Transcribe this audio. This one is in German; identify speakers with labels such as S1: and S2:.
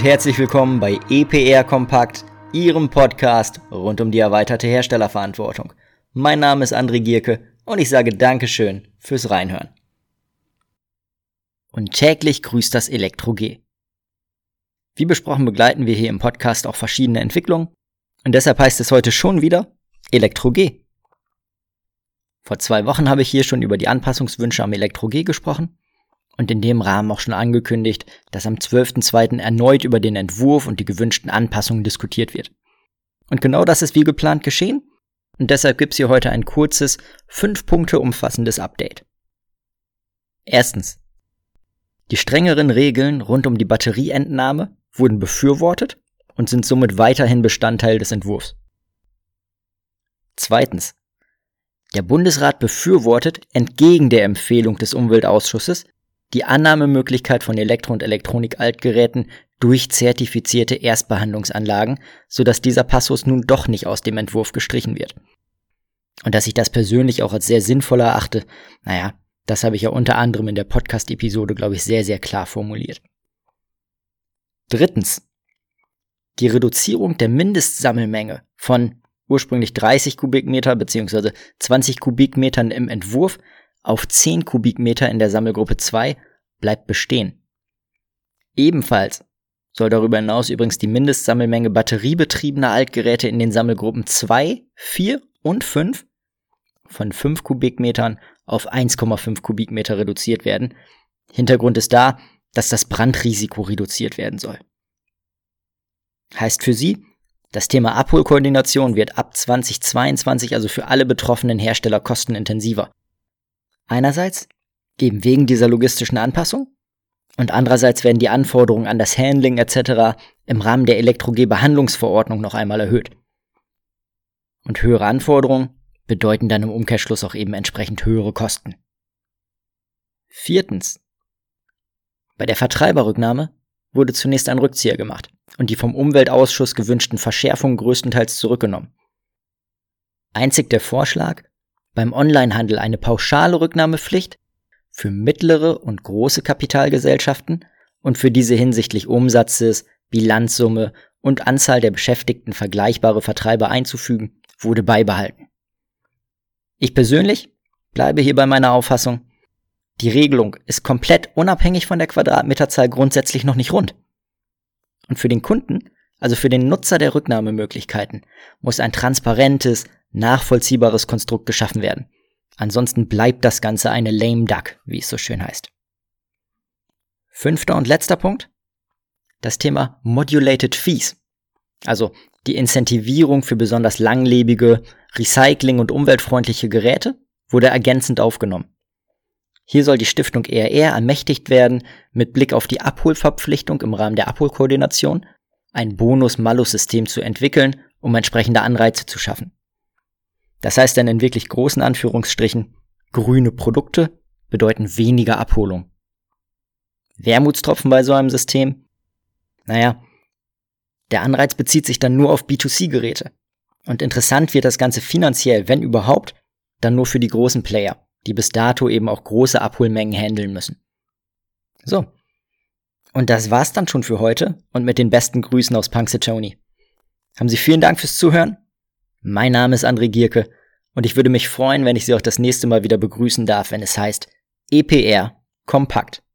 S1: herzlich willkommen bei EPR Kompakt, Ihrem Podcast rund um die erweiterte Herstellerverantwortung. Mein Name ist André Gierke und ich sage Dankeschön fürs Reinhören. Und täglich grüßt das Elektro-G. Wie besprochen begleiten wir hier im Podcast auch verschiedene Entwicklungen und deshalb heißt es heute schon wieder Elektro-G. Vor 2 Wochen habe ich hier schon über die Anpassungswünsche am Elektro-G gesprochen und in dem Rahmen auch schon angekündigt, dass am 12.02. erneut über den Entwurf und die gewünschten Anpassungen diskutiert wird. Und genau das ist wie geplant geschehen und deshalb gibt es hier heute ein kurzes, 5 Punkte umfassendes Update. Erstens. Die strengeren Regeln rund um die Batterieentnahme wurden befürwortet und sind somit weiterhin Bestandteil des Entwurfs. Zweitens. Der Bundesrat befürwortet, entgegen der Empfehlung des Umweltausschusses, die Annahmemöglichkeit von Elektro- und Elektronik-Altgeräten durch zertifizierte Erstbehandlungsanlagen, sodass dieser Passus nun doch nicht aus dem Entwurf gestrichen wird. Und dass ich das persönlich auch als sehr sinnvoll erachte, das habe ich ja unter anderem in der Podcast-Episode, glaube ich, sehr, sehr klar formuliert. Drittens. Die Reduzierung der Mindestsammelmenge von ursprünglich 30 Kubikmeter bzw. 20 Kubikmetern im Entwurf auf 10 Kubikmeter in der Sammelgruppe 2 bleibt bestehen. Ebenfalls soll darüber hinaus übrigens die Mindestsammelmenge batteriebetriebener Altgeräte in den Sammelgruppen 2, 4 und 5 von 5 Kubikmetern auf 1,5 Kubikmeter reduziert werden. Hintergrund ist da, dass das Brandrisiko reduziert werden soll. Heißt für Sie, das Thema Abholkoordination wird ab 2022 also für alle betroffenen Hersteller kostenintensiver. Einerseits eben wegen dieser logistischen Anpassung und andererseits werden die Anforderungen an das Handling etc. im Rahmen der Elektro-G-Behandlungsverordnung noch einmal erhöht. Und höhere Anforderungen bedeuten dann im Umkehrschluss auch eben entsprechend höhere Kosten. Viertens. Bei der Vertreiberrücknahme wurde zunächst ein Rückzieher gemacht und die vom Umweltausschuss gewünschten Verschärfungen größtenteils zurückgenommen. Einzig der Vorschlag, beim Onlinehandel eine pauschale Rücknahmepflicht für mittlere und große Kapitalgesellschaften und für diese hinsichtlich Umsatzes, Bilanzsumme und Anzahl der Beschäftigten vergleichbare Vertreiber einzufügen, wurde beibehalten. Ich persönlich bleibe hier bei meiner Auffassung, die Regelung ist komplett unabhängig von der Quadratmeterzahl grundsätzlich noch nicht rund. Und für den Kunden, also für den Nutzer der Rücknahmemöglichkeiten, muss ein transparentes, nachvollziehbares Konstrukt geschaffen werden. Ansonsten bleibt das Ganze eine lame duck, wie es so schön heißt. 5. und letzter Punkt. Das Thema Modulated Fees. Also die Incentivierung für besonders langlebige, recycling- und umweltfreundliche Geräte wurde ergänzend aufgenommen. Hier soll die Stiftung ERR ermächtigt werden, mit Blick auf die Abholverpflichtung im Rahmen der Abholkoordination ein Bonus-Malus-System zu entwickeln, um entsprechende Anreize zu schaffen. Das heißt dann in wirklich großen Anführungsstrichen, grüne Produkte bedeuten weniger Abholung. Wermutstropfen bei so einem System? Der Anreiz bezieht sich dann nur auf B2C-Geräte. Und interessant wird das Ganze finanziell, wenn überhaupt, dann nur für die großen Player, die bis dato eben auch große Abholmengen handeln müssen. So. Und das war's dann schon für heute und mit den besten Grüßen aus Punxsutawney. Haben Sie vielen Dank fürs Zuhören. Mein Name ist André Gierke und ich würde mich freuen, wenn ich Sie auch das nächste Mal wieder begrüßen darf, wenn es heißt EPR Kompakt.